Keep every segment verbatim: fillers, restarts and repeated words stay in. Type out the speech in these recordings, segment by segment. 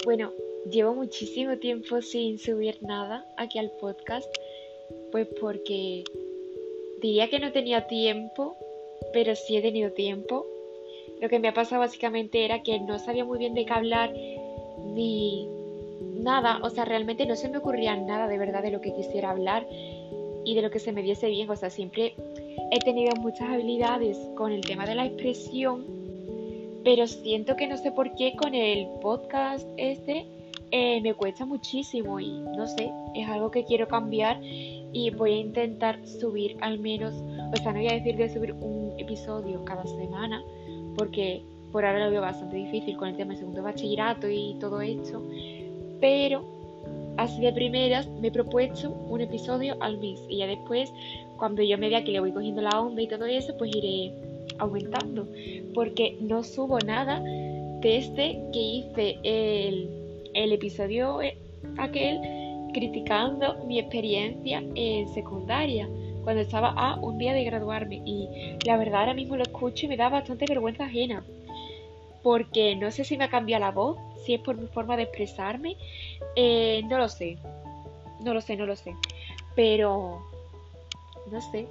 Bueno, llevo muchísimo tiempo sin subir nada aquí al podcast, pues porque diría que no tenía tiempo, pero sí he tenido tiempo. Lo que me ha pasado básicamente era que no sabía muy bien de qué hablar ni nada, o sea, realmente no se me ocurría nada de verdad de lo que quisiera hablar y de lo que se me diese bien, o sea, siempre he tenido muchas habilidades con el tema de la expresión, pero siento que no sé por qué con el podcast este eh, me cuesta muchísimo y no sé, es algo que quiero cambiar y voy a intentar subir al menos, o sea, no voy a decir de subir un episodio cada semana, porque por ahora lo veo bastante difícil con el tema del segundo bachillerato y todo esto, pero así de primeras me he propuesto un episodio al mes y ya después, cuando yo me vea que le voy cogiendo la onda y todo eso, pues iré aumentando, porque no subo nada desde que hice el, el episodio aquel criticando mi experiencia en secundaria, cuando estaba a un día de graduarme, y la verdad ahora mismo lo escucho y me da bastante vergüenza ajena, porque no sé si me ha cambiado la voz, si es por mi forma de expresarme, eh, no lo sé, no lo sé, no lo sé, pero no sé.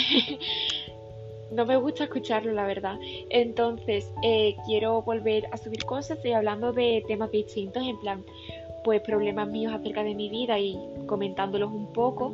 No me gusta escucharlo, la verdad. Entonces, eh, quiero volver a subir cosas y hablando de temas distintos, en plan, pues problemas míos acerca de mi vida y comentándolos un poco,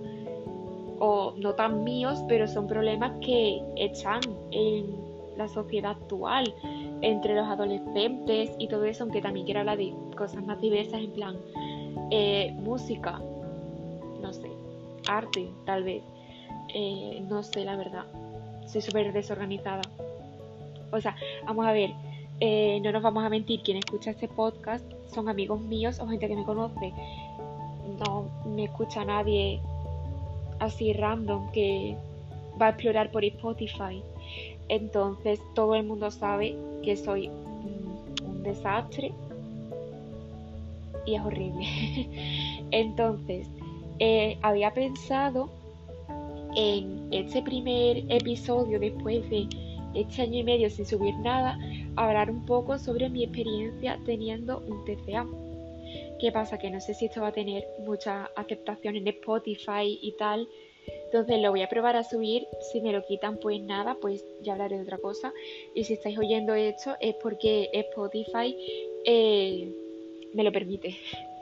o no tan míos, pero son problemas que están en la sociedad actual, entre los adolescentes y todo eso, aunque también quiero hablar de cosas más diversas, en plan, eh, música, no sé, arte, tal vez, eh, no sé, la verdad. Soy súper desorganizada. O sea, vamos a ver, eh, no nos vamos a mentir, quien escucha este podcast son amigos míos o gente que me conoce. No me escucha nadie así random que va a explorar por Spotify. Entonces todo el mundo sabe que soy un, un desastre y es horrible. Entonces, eh, había pensado en este primer episodio, después de este año y medio sin subir nada, hablar un poco sobre mi experiencia teniendo un T C A. ¿Qué pasa? Que no sé si esto va a tener mucha aceptación en Spotify y tal, entonces lo voy a probar a subir. Si me lo quitan, pues nada, pues ya hablaré de otra cosa, y si estáis oyendo esto es porque Spotify eh, me lo permite.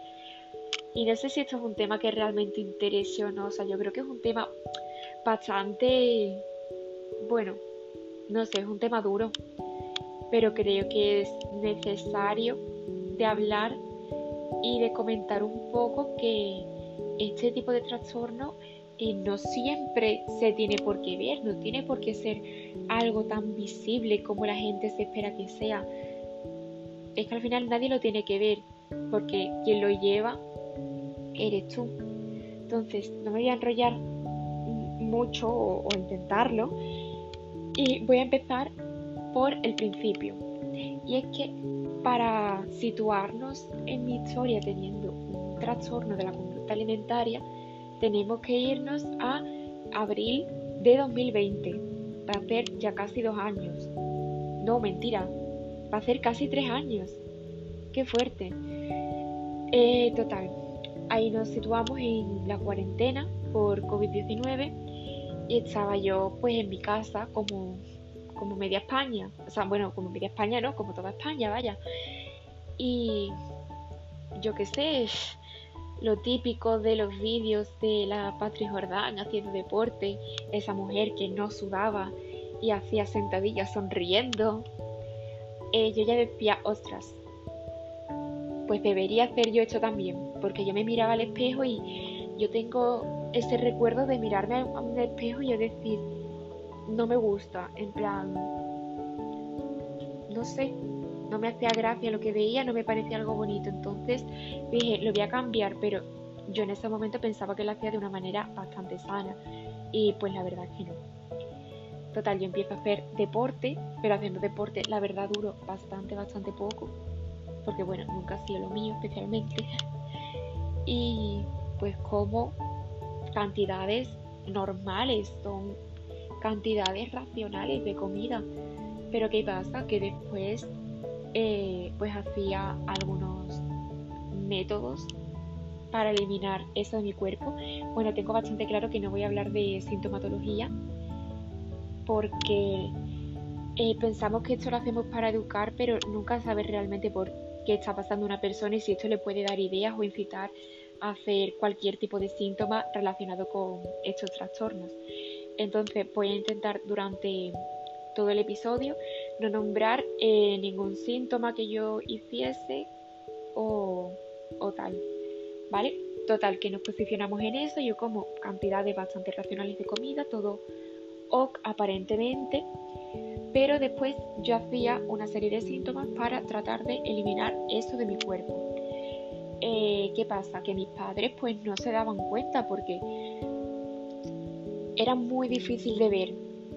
Y no sé si esto es un tema que realmente interese o no, o sea, yo creo que es un tema bastante, bueno, no sé, es un tema duro, pero creo que es necesario de hablar y de comentar un poco que este tipo de trastorno eh, no siempre se tiene por qué ver, no tiene por qué ser algo tan visible como la gente se espera que sea. Es que al final nadie lo tiene que ver, porque quien lo lleva eres tú. Entonces, no me voy a enrollar mucho o, o intentarlo, y voy a empezar por el principio, y es que para situarnos en mi historia teniendo un trastorno de la conducta alimentaria tenemos que irnos a abril de dos mil veinte. Va a ser ya casi dos años, no, mentira, va a ser casi tres años, qué fuerte. Eh, total, ahí nos situamos en la cuarentena por covid diecinueve y estaba yo pues en mi casa como, como media España, o sea, bueno, como media España no, como toda España, vaya. Y yo qué sé, lo típico de los vídeos de la Patri Jordán haciendo deporte, esa mujer que no sudaba y hacía sentadillas sonriendo. Eh, yo ya decía, ostras, pues debería hacer yo esto también, porque yo me miraba al espejo y yo tengo ese recuerdo de mirarme a un espejo y yo decir, no me gusta, en plan, no sé, no me hacía gracia lo que veía, no me parecía algo bonito. Entonces dije, lo voy a cambiar, pero yo en ese momento pensaba que lo hacía de una manera bastante sana, y pues la verdad es que no. Total, yo empiezo a hacer deporte, pero haciendo deporte la verdad duro bastante, bastante poco, porque bueno, nunca ha sido lo mío especialmente. Y pues como cantidades normales, son cantidades racionales de comida, pero ¿qué pasa? Que después eh, pues hacía algunos métodos para eliminar eso de mi cuerpo. Bueno, tengo bastante claro que no voy a hablar de sintomatología porque eh, pensamos que esto lo hacemos para educar, pero nunca sabes realmente por qué está pasando una persona y si esto le puede dar ideas o incitar a hacer cualquier tipo de síntoma relacionado con estos trastornos. Entonces voy a intentar durante todo el episodio no nombrar eh, ningún síntoma que yo hiciese o, o tal, ¿vale? Total, que nos posicionamos en eso. Yo como cantidades bastante racionales de comida, todo ok aparentemente, pero después yo hacía una serie de síntomas para tratar de eliminar eso de mi cuerpo. Eh, ¿Qué pasa? Que mis padres pues no se daban cuenta porque era muy difícil de ver,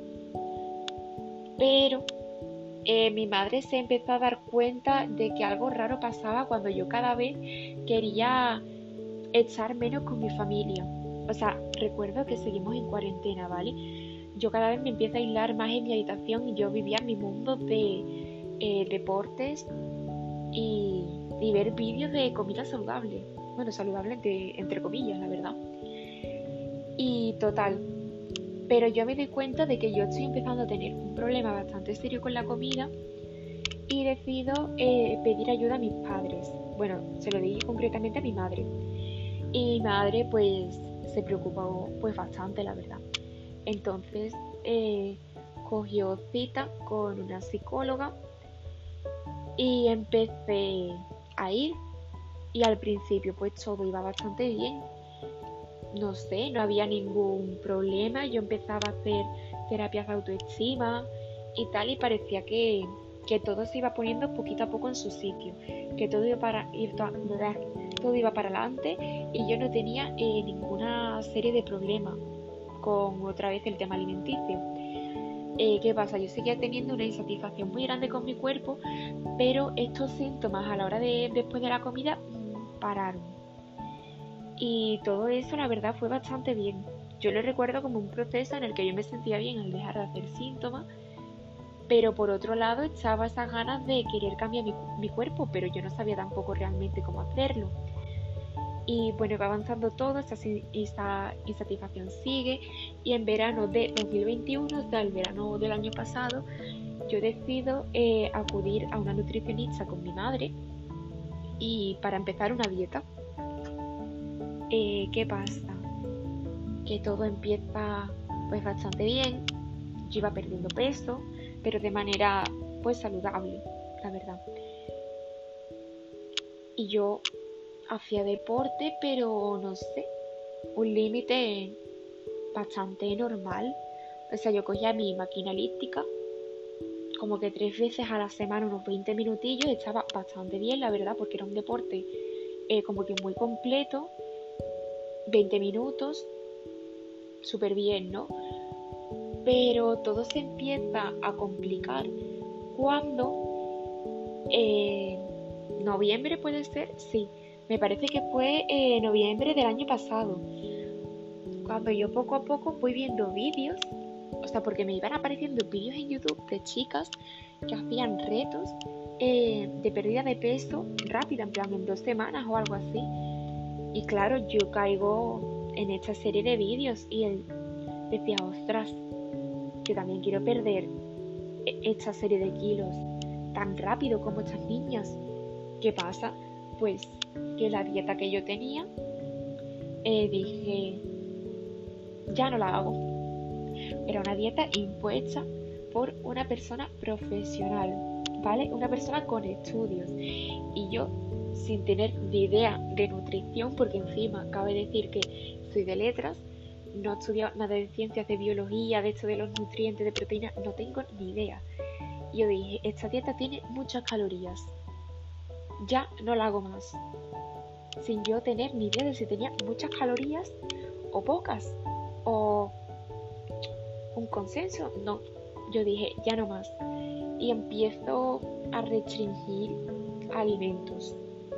pero eh, mi madre se empezó a dar cuenta de que algo raro pasaba cuando yo cada vez quería estar menos con mi familia. O sea, recuerdo que seguimos en cuarentena, ¿vale? Yo cada vez me empiezo a aislar más en mi habitación y yo vivía en mi mundo de eh, deportes y, y ver vídeos de comida saludable. Bueno, saludable entre, entre comillas, la verdad. Y total, pero yo me doy cuenta de que yo estoy empezando a tener un problema bastante serio con la comida y decido eh, pedir ayuda a mis padres. Bueno, se lo dije concretamente a mi madre. Y mi madre pues se preocupó pues bastante, la verdad. Entonces eh, cogió cita con una psicóloga y empecé a ir. Y al principio pues todo iba bastante bien. No sé, no había ningún problema. Yo empezaba a hacer terapias de autoestima y tal, y parecía que, que todo se iba poniendo poquito a poco en su sitio, que todo iba para ir todo iba para adelante y yo no tenía eh, ninguna serie de problemas con otra vez el tema alimenticio. Eh, ¿Qué pasa? Yo seguía teniendo una insatisfacción muy grande con mi cuerpo, pero estos síntomas a la hora de después de la comida mmm, pararon. Y todo eso la verdad fue bastante bien. Yo lo recuerdo como un proceso en el que yo me sentía bien al dejar de hacer síntomas, pero por otro lado echaba esas ganas de querer cambiar mi, mi cuerpo, pero yo no sabía tampoco realmente cómo hacerlo. Y bueno, va avanzando todo, esta, esta insatisfacción sigue, y en verano de dos mil veintiuno, o sea, el verano del año pasado, yo decido eh, acudir a una nutricionista con mi madre y para empezar una dieta. Eh, ¿Qué pasa? Que todo empieza pues bastante bien. Yo iba perdiendo peso, pero de manera pues saludable, la verdad. Y yo hacía deporte, pero no sé, un límite bastante normal. O sea, yo cogía mi máquina elíptica como que tres veces a la semana, unos veinte minutillos, estaba bastante bien, la verdad, porque era un deporte eh, como que muy completo. veinte minutos, súper bien, ¿no? Pero todo se empieza a complicar cuando eh, noviembre puede ser, sí, me parece que fue eh, noviembre del año pasado, cuando yo poco a poco voy viendo vídeos, o sea, porque me iban apareciendo vídeos en YouTube de chicas que hacían retos eh, de pérdida de peso rápida, en plan en dos semanas o algo así. Y claro, yo caigo en esta serie de vídeos y él decía, ostras, yo también quiero perder esta serie de kilos tan rápido como estas niñas. ¿Qué pasa? Pues que la dieta que yo tenía, eh, dije, ya no la hago. Era una dieta impuesta por una persona profesional, ¿vale? Una persona con estudios. Y yo, sin tener ni idea de nutrición, porque encima cabe decir que soy de letras, no he estudiado nada de ciencias, de biología, de esto de los nutrientes, de proteínas, no tengo ni idea. Y yo dije, esta dieta tiene muchas calorías, ya no la hago más, sin yo tener ni idea de si tenía muchas calorías o pocas, o un consenso, no. Yo dije, ya no más, y empiezo a restringir alimentos.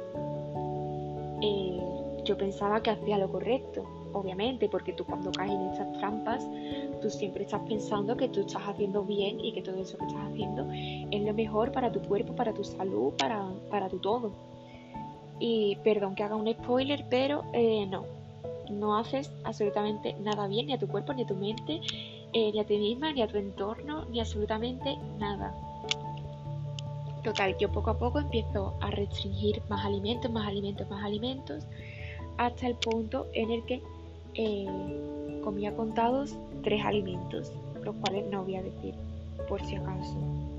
Eh, yo pensaba que hacía lo correcto, obviamente, porque tú cuando caes en estas trampas, tú siempre estás pensando que tú estás haciendo bien y que todo eso que estás haciendo es lo mejor para tu cuerpo, para tu salud, para, para tu todo. Y perdón que haga un spoiler, pero eh, no, no haces absolutamente nada bien, ni a tu cuerpo, ni a tu mente, eh, ni a ti misma, ni a tu entorno, ni absolutamente nada. Total, yo poco a poco empiezo a restringir más alimentos, más alimentos, más alimentos, hasta el punto en el que eh, comía contados tres alimentos, los cuales no voy a decir por si acaso.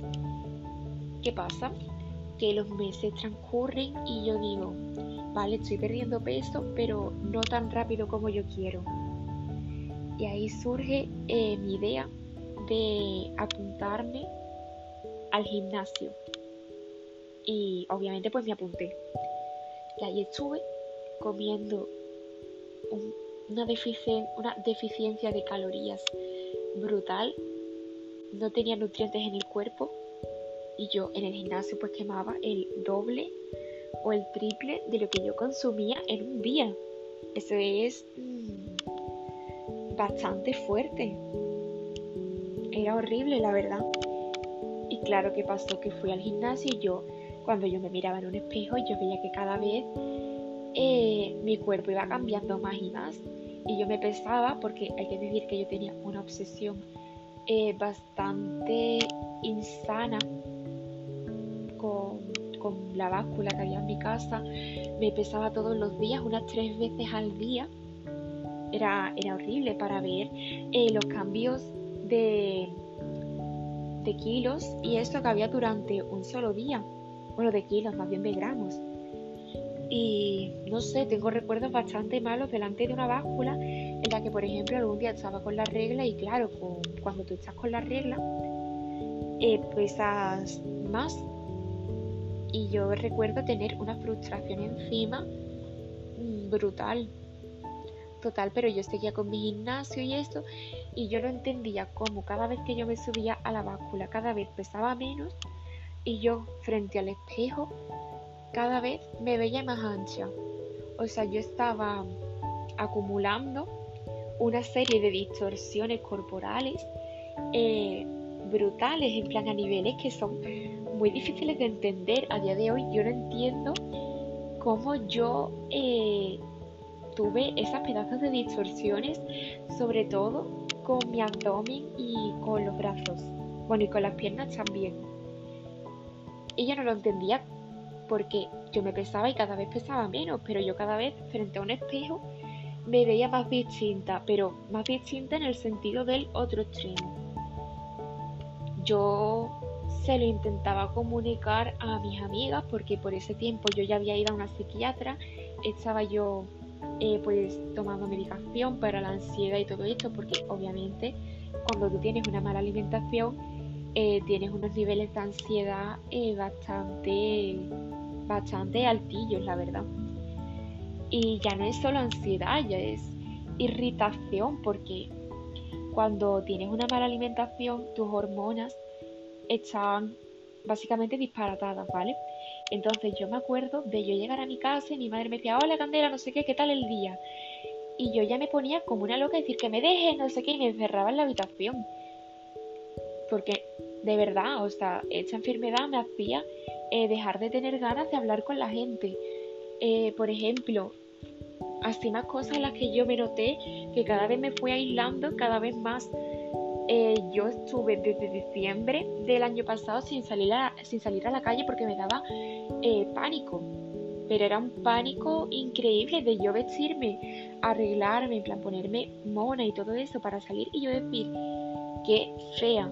¿Qué pasa? Que los meses transcurren y yo digo, vale, estoy perdiendo peso, pero no tan rápido como yo quiero. Y ahí surge eh, mi idea de apuntarme al gimnasio. Y obviamente pues me apunté. Y ahí estuve comiendo un, una, deficien, una deficiencia de calorías brutal. No tenía nutrientes en el cuerpo. Y yo en el gimnasio pues quemaba el doble o el triple de lo que yo consumía en un día. Eso es mmm, bastante fuerte. Era horrible, la verdad. Y claro, que pasó que fui al gimnasio y yo, cuando yo me miraba en un espejo, yo veía que cada vez eh, mi cuerpo iba cambiando más y más. Y yo me pesaba, porque hay que decir que yo tenía una obsesión eh, bastante insana con, con la báscula que había en mi casa. Me pesaba todos los días, unas tres veces al día. Era, era horrible para ver eh, los cambios de, de kilos y esto que había durante un solo día. Bueno, de kilos, más bien de gramos. Y no sé, tengo recuerdos bastante malos delante de una báscula en la que, por ejemplo, algún día estaba con la regla y claro, con, cuando tú estás con la regla, eh, pesas más. Y yo recuerdo tener una frustración encima mmm, brutal. Total, pero yo seguía con mi gimnasio y esto, y yo no entendía cómo cada vez que yo me subía a la báscula, cada vez pesaba menos, y yo frente al espejo cada vez me veía más ancha. O sea, yo estaba acumulando una serie de distorsiones corporales eh, brutales, en plan a niveles que son muy difíciles de entender. A día de hoy yo no entiendo cómo yo eh, tuve esas pedazos de distorsiones, sobre todo con mi abdomen y con los brazos, bueno, y con las piernas también. Y yo no lo entendía porque yo me pesaba y cada vez pesaba menos, pero yo cada vez frente a un espejo me veía más distinta, pero más distinta en el sentido del otro extremo. Yo se lo intentaba comunicar a mis amigas porque por ese tiempo yo ya había ido a una psiquiatra, estaba yo eh, pues tomando medicación para la ansiedad y todo esto, porque obviamente cuando tú tienes una mala alimentación eh, tienes unos niveles de ansiedad eh, bastante, bastante altillos, la verdad. Y ya no es solo ansiedad, ya es irritación, porque cuando tienes una mala alimentación, tus hormonas están básicamente disparatadas, ¿vale? Entonces yo me acuerdo de yo llegar a mi casa y mi madre me decía, hola Candela, no sé qué, ¿qué tal el día? Y yo ya me ponía como una loca a decir que me dejes, no sé qué, y me encerraba en la habitación. Porque de verdad, o sea, esta enfermedad me hacía eh, dejar de tener ganas de hablar con la gente. Eh, por ejemplo, así más cosas en las que yo me noté que cada vez me fui aislando cada vez más. Eh, yo estuve desde diciembre del año pasado sin salir a, sin salir a la calle porque me daba eh, pánico, pero era un pánico increíble de yo vestirme, arreglarme, en plan ponerme mona y todo eso para salir y yo decir qué fea,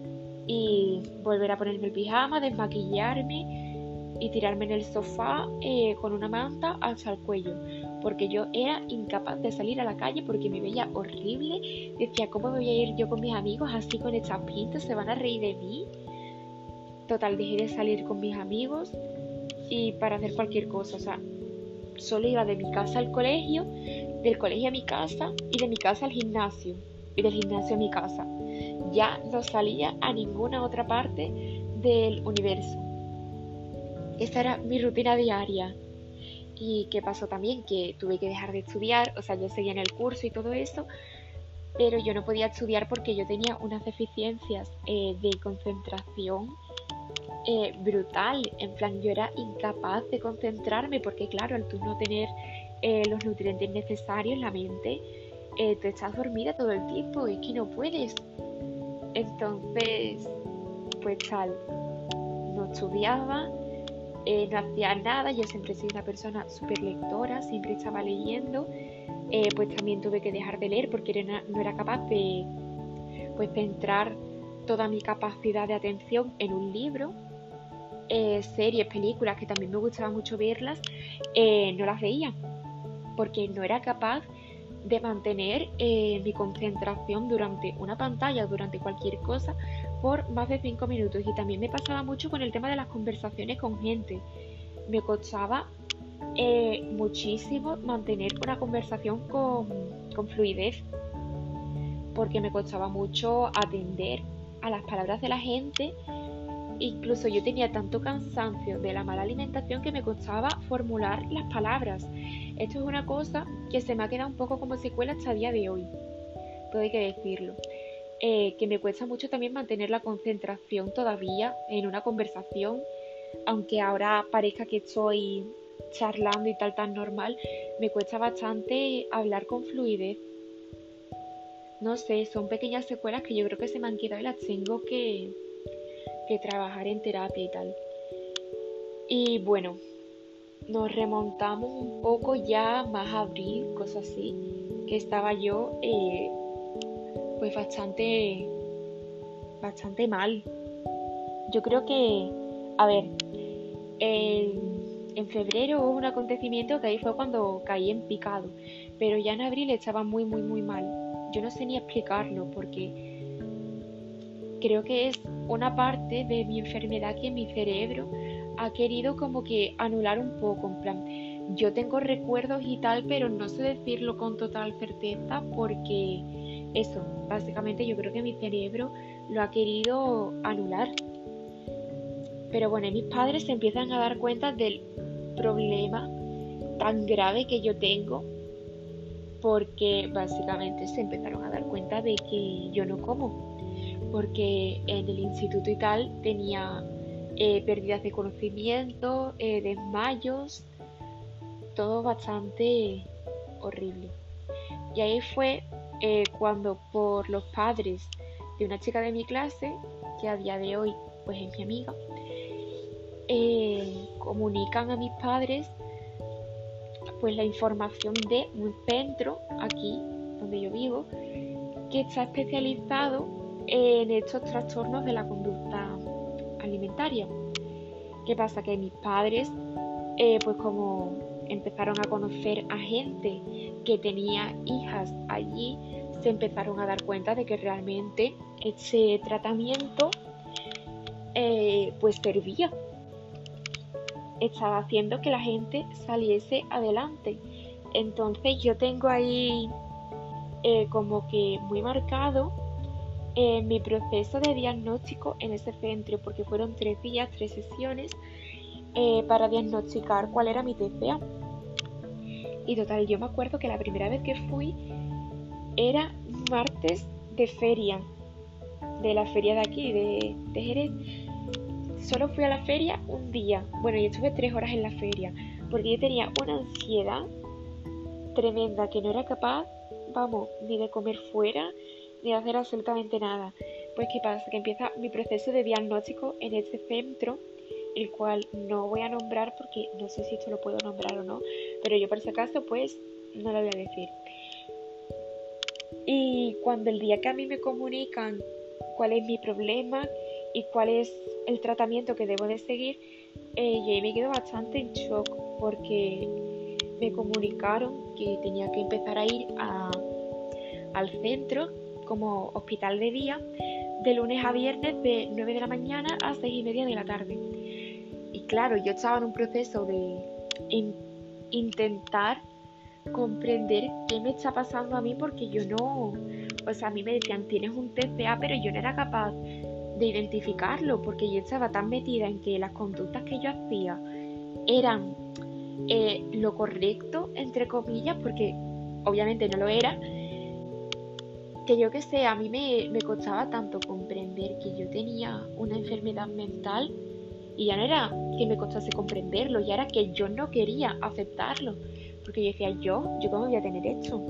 y volver a ponerme el pijama, desmaquillarme y tirarme en el sofá eh, con una manta hasta el cuello, porque yo era incapaz de salir a la calle porque me veía horrible. Decía, ¿cómo me voy a ir yo con mis amigos así con estas pintas? ¿Se van a reír de mí? Total, dejé de salir con mis amigos y para hacer cualquier cosa, o sea, solo iba de mi casa al colegio, del colegio a mi casa y de mi casa al gimnasio y del gimnasio a mi casa. Ya no salía a ninguna otra parte del universo. Esta era mi rutina diaria. ¿Y qué pasó también? Que tuve que dejar de estudiar, o sea, yo seguía en el curso y todo eso, pero yo no podía estudiar porque yo tenía unas deficiencias eh, de concentración eh, brutal. En plan, yo era incapaz de concentrarme porque, claro, al tú no tener eh, los nutrientes necesarios en la mente, eh, te estás dormida todo el tiempo, es que no puedes. Entonces, pues tal, no estudiaba, eh, no hacía nada. Yo siempre he sido una persona súper lectora, siempre estaba leyendo. Eh, pues también tuve que dejar de leer porque era- no era capaz de pues centrar toda mi capacidad de atención en un libro. Eh, series, películas que también me gustaba mucho verlas, eh, no las veía porque no era capaz de mantener eh, mi concentración durante una pantalla o durante cualquier cosa por más de cinco minutos. Y también me pasaba mucho con el tema de las conversaciones con gente. Me costaba eh, muchísimo mantener una conversación con, con fluidez, porque me costaba mucho atender a las palabras de la gente. Incluso yo tenía tanto cansancio de la mala alimentación que me costaba formular las palabras. Esto es una cosa que se me ha quedado un poco como secuela hasta el día de hoy, todo hay que decirlo. Eh, que me cuesta mucho también mantener la concentración todavía en una conversación, aunque ahora parezca que estoy charlando y tal tan normal, me cuesta bastante hablar con fluidez. No sé, son pequeñas secuelas que yo creo que se me han quedado y las tengo que, que trabajar en terapia y tal. Y bueno, nos remontamos un poco ya más a abril, cosas así, que estaba yo eh, pues bastante, bastante mal. Yo creo que, a ver, en, en febrero hubo un acontecimiento que ahí fue cuando caí en picado, pero ya en abril estaba muy, muy, muy mal. Yo no sé ni explicarlo porque creo que es una parte de mi enfermedad que mi cerebro ha querido como que anular un poco, en plan, yo tengo recuerdos y tal, pero no sé decirlo con total certeza porque eso, básicamente yo creo que mi cerebro lo ha querido anular. Pero bueno, y mis padres se empiezan a dar cuenta del problema tan grave que yo tengo porque básicamente se empezaron a dar cuenta de que yo no como, porque en el instituto y tal tenía eh, pérdidas de conocimiento, eh, desmayos, todo bastante horrible. Y ahí fue eh, cuando por los padres de una chica de mi clase, que a día de hoy pues es mi amiga, eh, comunican a mis padres pues la información de un centro aquí donde yo vivo que está especializado en estos trastornos de la conducta alimentaria. ¿Qué pasa? Que mis padres, eh, pues como empezaron a conocer a gente que tenía hijas allí, se empezaron a dar cuenta de que realmente ese tratamiento eh, pues servía, estaba haciendo que la gente saliese adelante. Entonces yo tengo ahí eh, como que muy marcado eh, mi proceso de diagnóstico en ese centro, porque fueron tres días, tres sesiones eh, para diagnosticar cuál era mi T C A. Y total, yo me acuerdo que la primera vez que fui era un martes de feria, de la feria de aquí, de, de Jerez. Solo fui a la feria un día. Bueno, yo estuve tres horas en la feria, porque yo tenía una ansiedad tremenda que no era capaz, vamos, ni de comer fuera, ni de hacer absolutamente nada. Pues qué pasa, que empieza mi proceso de diagnóstico en este centro, el cual no voy a nombrar porque no sé si esto lo puedo nombrar o no, pero yo por si acaso pues no lo voy a decir. Y cuando el día que a mí me comunican cuál es mi problema y cuál es el tratamiento que debo de seguir, eh, yo ahí me quedo bastante en shock porque me comunicaron que tenía que empezar a ir a, al centro como hospital de día de lunes a viernes de nueve de la mañana a seis y media de la tarde. Y claro, yo estaba en un proceso de in, intentar comprender qué me está pasando a mí porque yo no, o sea, a mí me decían tienes un T C A, pero yo no era capaz de identificarlo porque yo estaba tan metida en que las conductas que yo hacía eran eh, lo correcto, entre comillas, porque obviamente no lo era, que yo que sé, a mí me, me costaba tanto comprender que yo tenía una enfermedad mental Y ya no era que me costase comprenderlo, ya era que yo no quería aceptarlo. Porque yo decía, yo, yo cómo voy a tener esto.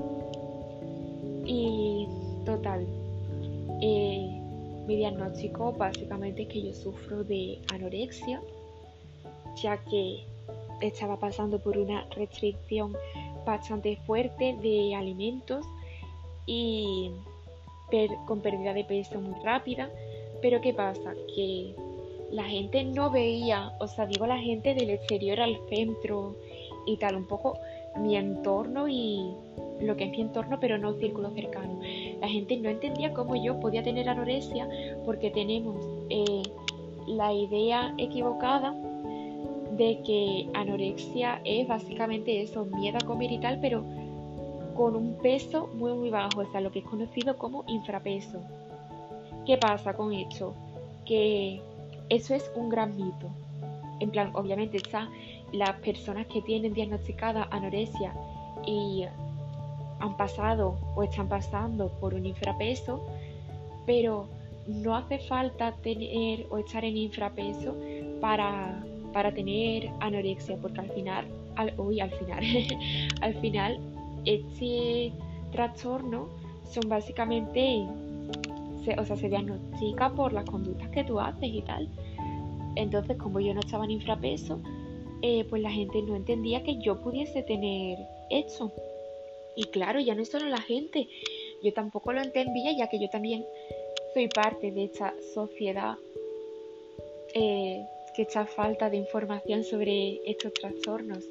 Y total, eh, mi diagnóstico básicamente es que yo sufro de anorexia, ya que estaba pasando por una restricción bastante fuerte de alimentos y per con pérdida de peso muy rápida. Pero ¿qué pasa? Que la gente no veía, o sea, digo la gente del exterior al centro y tal, un poco mi entorno y lo que es mi entorno, pero no círculo cercano. La gente no entendía cómo yo podía tener anorexia porque tenemos eh, la idea equivocada de que anorexia es básicamente eso, miedo a comer y tal, pero con un peso muy muy bajo, o sea, lo que es conocido como infrapeso. ¿Qué pasa con esto? Que eso es un gran mito. En plan, obviamente están las personas que tienen diagnosticada anorexia y han pasado o están pasando por un infrapeso, pero no hace falta tener o estar en infrapeso para, para tener anorexia, porque al final, al, uy, al final, al final, este trastorno son básicamente, se, o sea, se diagnostica por las conductas que tú haces y tal. Entonces, como yo no estaba en infrapeso, eh, pues la gente no entendía que yo pudiese tener esto. Y claro, ya no es solo la gente, yo tampoco lo entendía, ya que yo también soy parte de esta sociedad eh, que está falta de información sobre estos trastornos.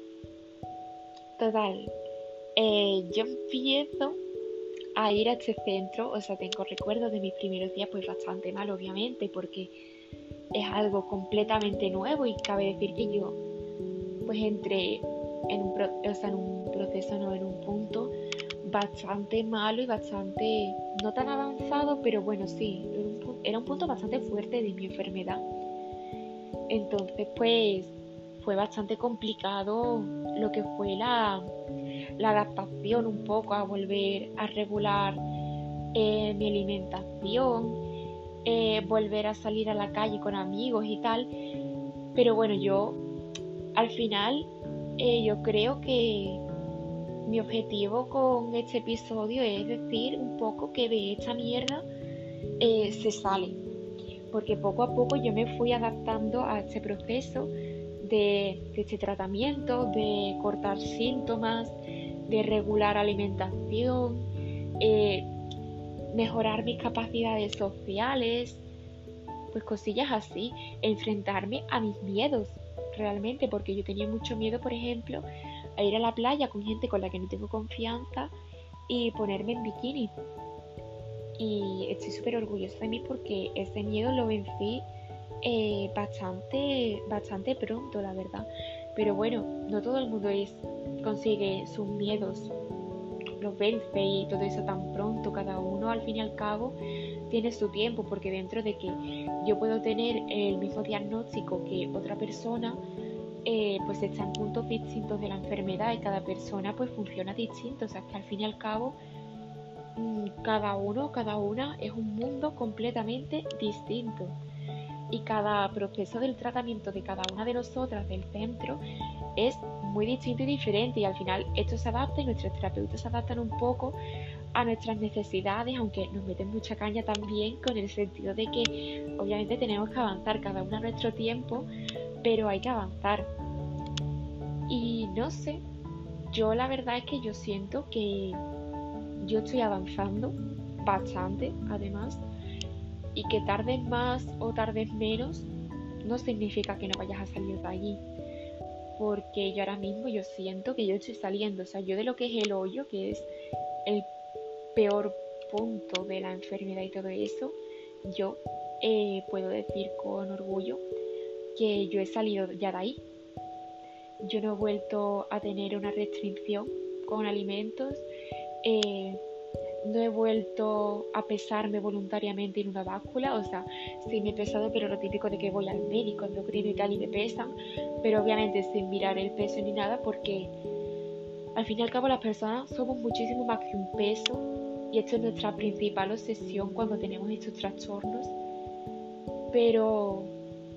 Total, eh, yo empiezo a ir a este centro, o sea, tengo recuerdos de mis primeros días pues bastante mal, obviamente, porque es algo completamente nuevo y cabe decir que yo pues entré en un, pro, o sea, en un proceso, no, en un punto bastante malo y bastante, no tan avanzado, pero bueno, sí, era un, era un punto bastante fuerte de mi enfermedad. Entonces pues fue bastante complicado lo que fue la, la adaptación un poco a volver a regular eh, mi alimentación, eh, volver a salir a la calle con amigos y tal. Pero bueno, yo al final eh, yo creo que mi objetivo con este episodio es decir un poco que de esta mierda eh, se sale, porque poco a poco yo me fui adaptando a este proceso de, de este tratamiento, de cortar síntomas, de regular alimentación, eh, mejorar mis capacidades sociales, pues cosillas así, enfrentarme a mis miedos realmente, porque yo tenía mucho miedo, por ejemplo, a ir a la playa con gente con la que no tengo confianza y ponerme en bikini. Y estoy súper orgullosa de mí porque ese miedo lo vencí eh, bastante, bastante pronto, la verdad. Pero bueno, no todo el mundo es, consigue sus miedos, los vence y todo eso tan pronto. Cada uno al fin y al cabo tiene su tiempo, porque dentro de que yo puedo tener el mismo diagnóstico que otra persona, eh, pues están puntos distintos de la enfermedad y cada persona pues funciona distinto. O sea, que al fin y al cabo cada uno, cada una es un mundo completamente distinto y cada proceso del tratamiento de cada una de nosotras del centro es muy distinto y diferente, y al final esto se adapta y nuestros terapeutas se adaptan un poco a nuestras necesidades, aunque nos meten mucha caña también, con el sentido de que obviamente tenemos que avanzar cada uno a nuestro tiempo, pero hay que avanzar. Y no sé, yo la verdad es que yo siento que yo estoy avanzando bastante, además, y que tardes más o tardes menos no significa que no vayas a salir de allí, porque yo ahora mismo yo siento que yo estoy saliendo. O sea, yo de lo que es el hoyo, que es el peor punto de la enfermedad y todo eso, yo eh, puedo decir con orgullo que yo he salido ya de ahí. Yo no he vuelto a tener una restricción con alimentos, eh, no he vuelto a pesarme voluntariamente en una báscula. O sea, sí me he pesado, pero lo típico de que voy al médico endocrino y tal y me pesan, pero obviamente sin mirar el peso ni nada, porque al fin y al cabo las personas somos muchísimo más que un peso, y esto es nuestra principal obsesión cuando tenemos estos trastornos. Pero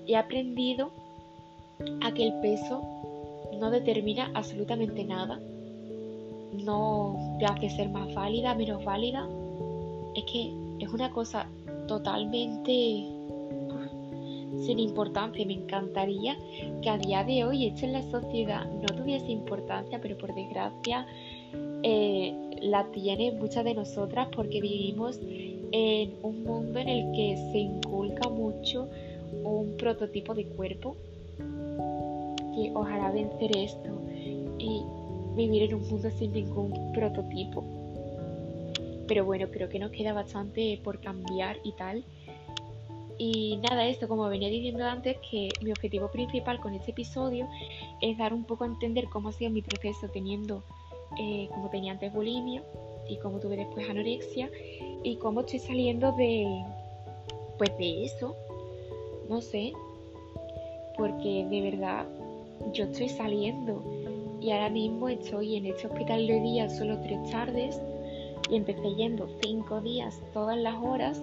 he aprendido a que el peso no determina absolutamente nada, no te hace ser más válida, menos válida. Es que es una cosa totalmente sin importancia. Me encantaría que a día de hoy esto en la sociedad no tuviese importancia, pero por desgracia eh, la tienen muchas de nosotras, porque vivimos en un mundo en el que se inculca mucho un prototipo de cuerpo, que ojalá vencer esto y vivir en un mundo sin ningún prototipo. Pero bueno, creo que nos queda bastante por cambiar y tal. Y nada, esto, como venía diciendo antes, que mi objetivo principal con este episodio es dar un poco a entender cómo ha sido mi proceso teniendo, eh, como tenía antes bulimia y cómo tuve después anorexia, y cómo estoy saliendo de, pues de eso, no sé, porque de verdad yo estoy saliendo y ahora mismo estoy en este hospital de día solo tres tardes y empecé yendo cinco días todas las horas.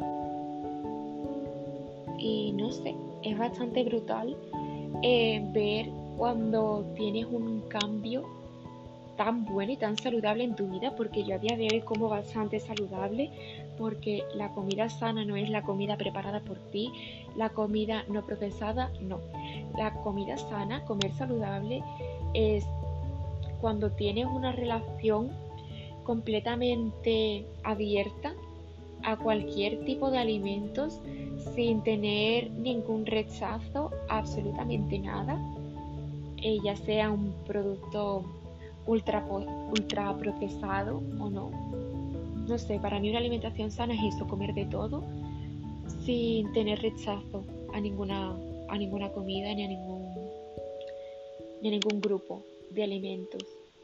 Y no sé, es bastante brutal eh, ver cuando tienes un cambio tan bueno y tan saludable en tu vida, porque yo a día de hoy como bastante saludable, porque la comida sana no es la comida preparada por ti, la comida no procesada, no. La comida sana, comer saludable, es cuando tienes una relación completamente abierta a cualquier tipo de alimentos sin tener ningún rechazo, absolutamente nada, eh, ya sea un producto ultra, ultra procesado o no. No sé, para mí una alimentación sana es eso, comer de todo sin tener rechazo a ninguna, a ninguna comida ni a ningún, ni a ningún grupo de alimentos.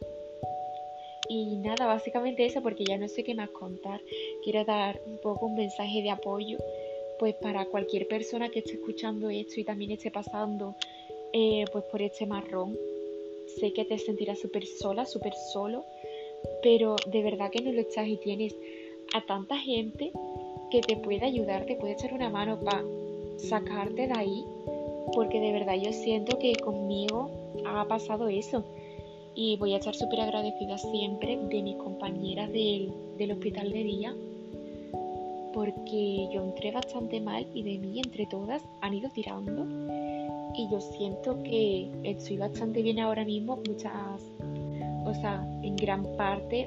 Y nada, básicamente eso, porque ya no sé qué más contar. Quiero dar un poco un mensaje de apoyo, pues para cualquier persona que esté escuchando esto y también esté pasando eh, pues por este marrón. Sé que te sentirás súper sola, súper solo, pero de verdad que no lo estás y tienes a tanta gente que te puede ayudar, te puede echar una mano para sacarte de ahí, porque de verdad yo siento que conmigo ha pasado eso. Y voy a estar súper agradecida siempre de mis compañeras del, del hospital de día, porque yo entré bastante mal y de mí entre todas han ido tirando, y yo siento que estoy bastante bien ahora mismo, muchas, o sea, en gran parte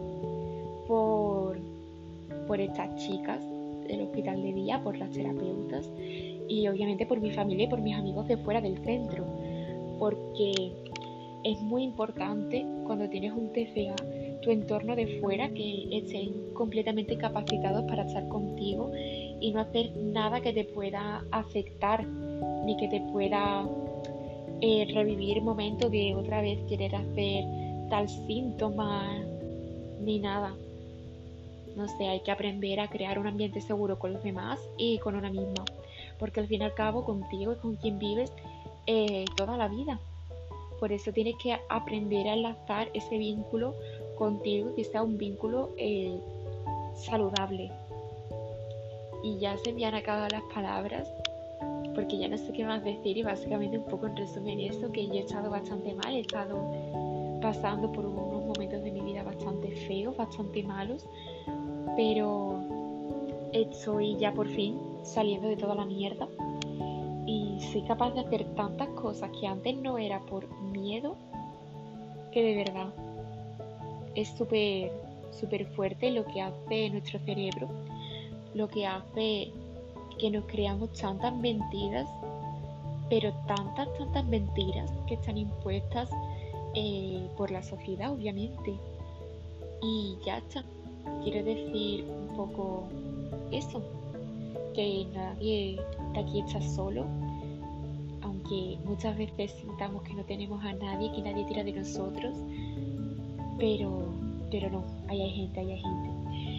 por, por estas chicas del hospital de día, por las terapeutas y obviamente por mi familia y por mis amigos de fuera del centro, porque es muy importante cuando tienes un T C A, tu entorno de fuera, que estén completamente capacitados para estar contigo y no hacer nada que te pueda afectar ni que te pueda eh, revivir momentos de otra vez querer hacer tal síntoma ni nada. No sé, hay que aprender a crear un ambiente seguro con los demás y con una misma, porque al fin y al cabo contigo y con quien vives eh, toda la vida. Por eso tienes que aprender a enlazar ese vínculo contigo, que sea un vínculo eh, saludable. Y ya se me han acabado las palabras, porque ya no sé qué más decir, y básicamente un poco en resumen eso, que yo he estado bastante mal, he estado pasando por unos momentos de mi vida bastante feos, bastante malos, pero estoy ya por fin saliendo de toda la mierda. Y soy capaz de hacer tantas cosas que antes no era por miedo, que de verdad es súper súper fuerte lo que hace nuestro cerebro, lo que hace que nos creamos tantas mentiras, pero tantas, tantas mentiras que están impuestas eh, por la sociedad, obviamente. Y ya está. Quiero decir un poco eso, que nadie de aquí está solo, aunque muchas veces sintamos que no tenemos a nadie, que nadie tira de nosotros, pero, pero no, ahí hay gente, ahí hay gente.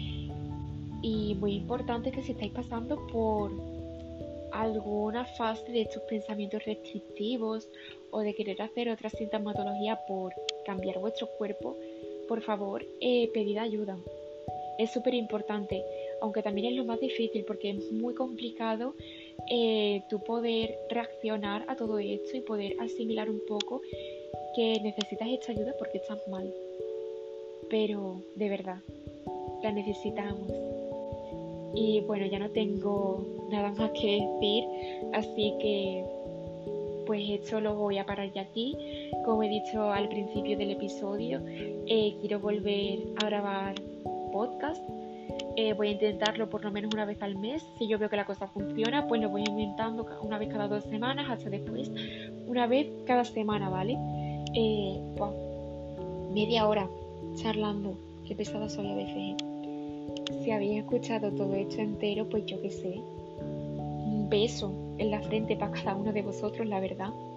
Y muy importante que si estáis pasando por alguna fase de estos pensamientos restrictivos o de querer hacer otra sintomatología por cambiar vuestro cuerpo, por favor, eh, pedid ayuda. Es súper importante, aunque también es lo más difícil, porque es muy complicado eh, tú poder reaccionar a todo esto y poder asimilar un poco que necesitas esta ayuda porque estás mal. Pero de verdad, la necesitamos. Y bueno, ya no tengo nada más que decir, así que pues esto lo voy a parar ya aquí. Como he dicho al principio del episodio, eh, quiero volver a grabar podcast. Eh, voy a intentarlo por lo menos una vez al mes. Si yo veo que la cosa funciona, pues lo voy inventando una vez cada dos semanas, hasta después una vez cada semana, ¿vale? Eh, pues, media hora charlando. Qué pesada soy a veces. Si habéis escuchado todo esto entero, pues yo qué sé. Un beso en la frente para cada uno de vosotros, la verdad.